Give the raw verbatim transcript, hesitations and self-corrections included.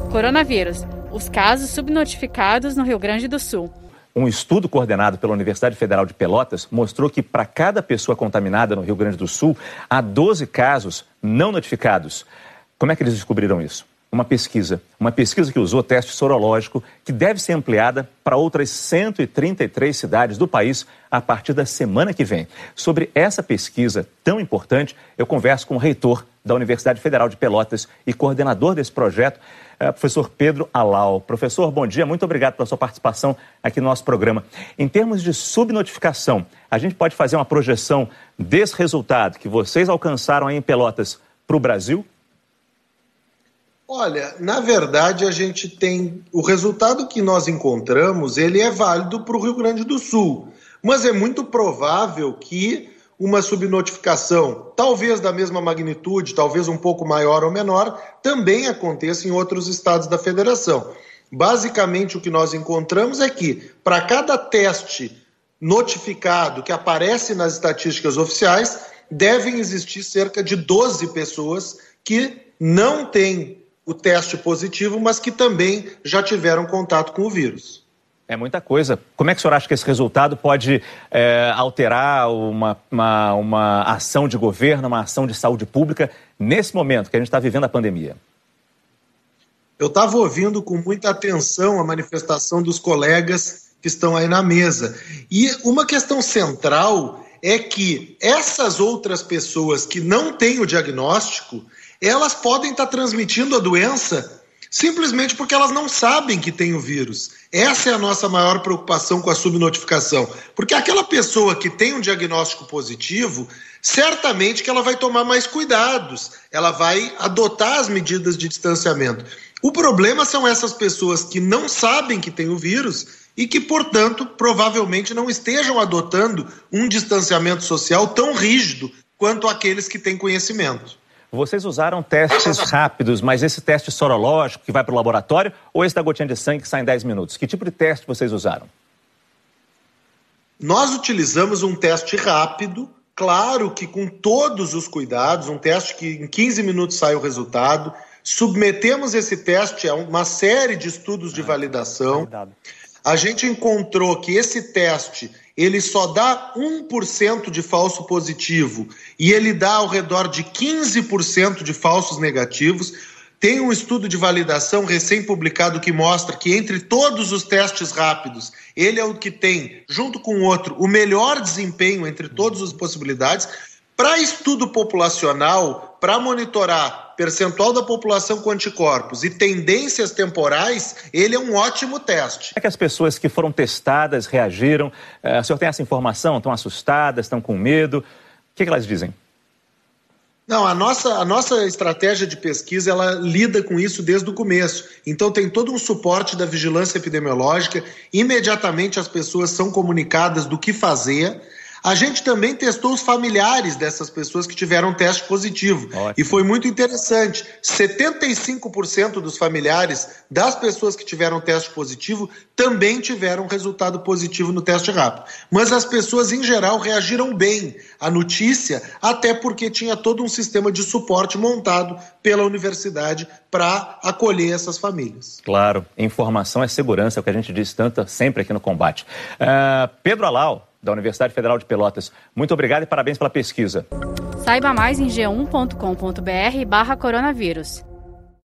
Coronavírus. Os casos subnotificados no Rio Grande do Sul. Um estudo coordenado pela Universidade Federal de Pelotas mostrou que para cada pessoa contaminada no Rio Grande do Sul, há doze casos não notificados. Como é que eles descobriram isso? Uma pesquisa. Uma pesquisa que usou teste sorológico, que deve ser ampliada para outras cento e trinta e três cidades do país a partir da semana que vem. Sobre essa pesquisa tão importante, eu converso com o reitor da Universidade Federal de Pelotas e coordenador desse projeto, é, professor Pedro Alau. Professor, bom dia, muito obrigado pela sua participação aqui no nosso programa. Em termos de subnotificação, a gente pode fazer uma projeção desse resultado que vocês alcançaram aí em Pelotas para o Brasil? Olha, na verdade a gente tem, o resultado que nós encontramos, ele é válido para o Rio Grande do Sul, mas é muito provável que uma subnotificação, talvez da mesma magnitude, talvez um pouco maior ou menor, também aconteça em outros estados da federação. Basicamente o que nós encontramos é que para cada teste notificado que aparece nas estatísticas oficiais, devem existir cerca de doze pessoas que não têm o teste positivo, mas que também já tiveram contato com o vírus. É muita coisa. Como é que o senhor acha que esse resultado pode é, alterar uma, uma, uma ação de governo, uma ação de saúde pública, nesse momento que a gente está vivendo a pandemia? Eu estava ouvindo com muita atenção a manifestação dos colegas que estão aí na mesa. E uma questão central é que essas outras pessoas que não têm o diagnóstico, elas podem estar transmitindo a doença simplesmente porque elas não sabem que tem o vírus. Essa é a nossa maior preocupação com a subnotificação. Porque aquela pessoa que tem um diagnóstico positivo, certamente que ela vai tomar mais cuidados, ela vai adotar as medidas de distanciamento. O problema são essas pessoas que não sabem que tem o vírus e que, portanto, provavelmente não estejam adotando um distanciamento social tão rígido quanto aqueles que têm conhecimento. Vocês usaram testes rápidos, mas esse teste sorológico que vai para o laboratório ou esse da gotinha de sangue que sai em dez minutos? Que tipo de teste vocês usaram? Nós utilizamos um teste rápido, claro que com todos os cuidados, um teste que em quinze minutos sai o resultado. Submetemos esse teste a uma série de estudos de validação. A gente encontrou que esse teste, ele só dá um por cento de falso positivo e ele dá ao redor de quinze por cento de falsos negativos. Tem um estudo de validação recém-publicado que mostra que entre todos os testes rápidos, ele é o que tem, junto com o outro, o melhor desempenho entre todas as possibilidades. Para estudo populacional, para monitorar percentual da população com anticorpos e tendências temporais, ele é um ótimo teste. Como é que as pessoas que foram testadas reagiram? Uh, o senhor tem essa informação? Estão assustadas? Estão com medo? O que, que elas dizem? Não, a nossa, a nossa estratégia de pesquisa, ela lida com isso desde o começo. Então tem todo um suporte da vigilância epidemiológica, imediatamente as pessoas são comunicadas do que fazer. A gente também testou os familiares dessas pessoas que tiveram teste positivo. Ótimo. E foi muito interessante. setenta e cinco por cento dos familiares das pessoas que tiveram teste positivo também tiveram resultado positivo no teste rápido. Mas as pessoas, em geral, reagiram bem à notícia, até porque tinha todo um sistema de suporte montado pela universidade para acolher essas famílias. Claro, informação é segurança, é o que a gente diz tanto sempre aqui no Combate. Uh, Pedro Alau, da Universidade Federal de Pelotas, muito obrigado e parabéns pela pesquisa. Saiba mais em g um ponto com ponto br barra coronavírus.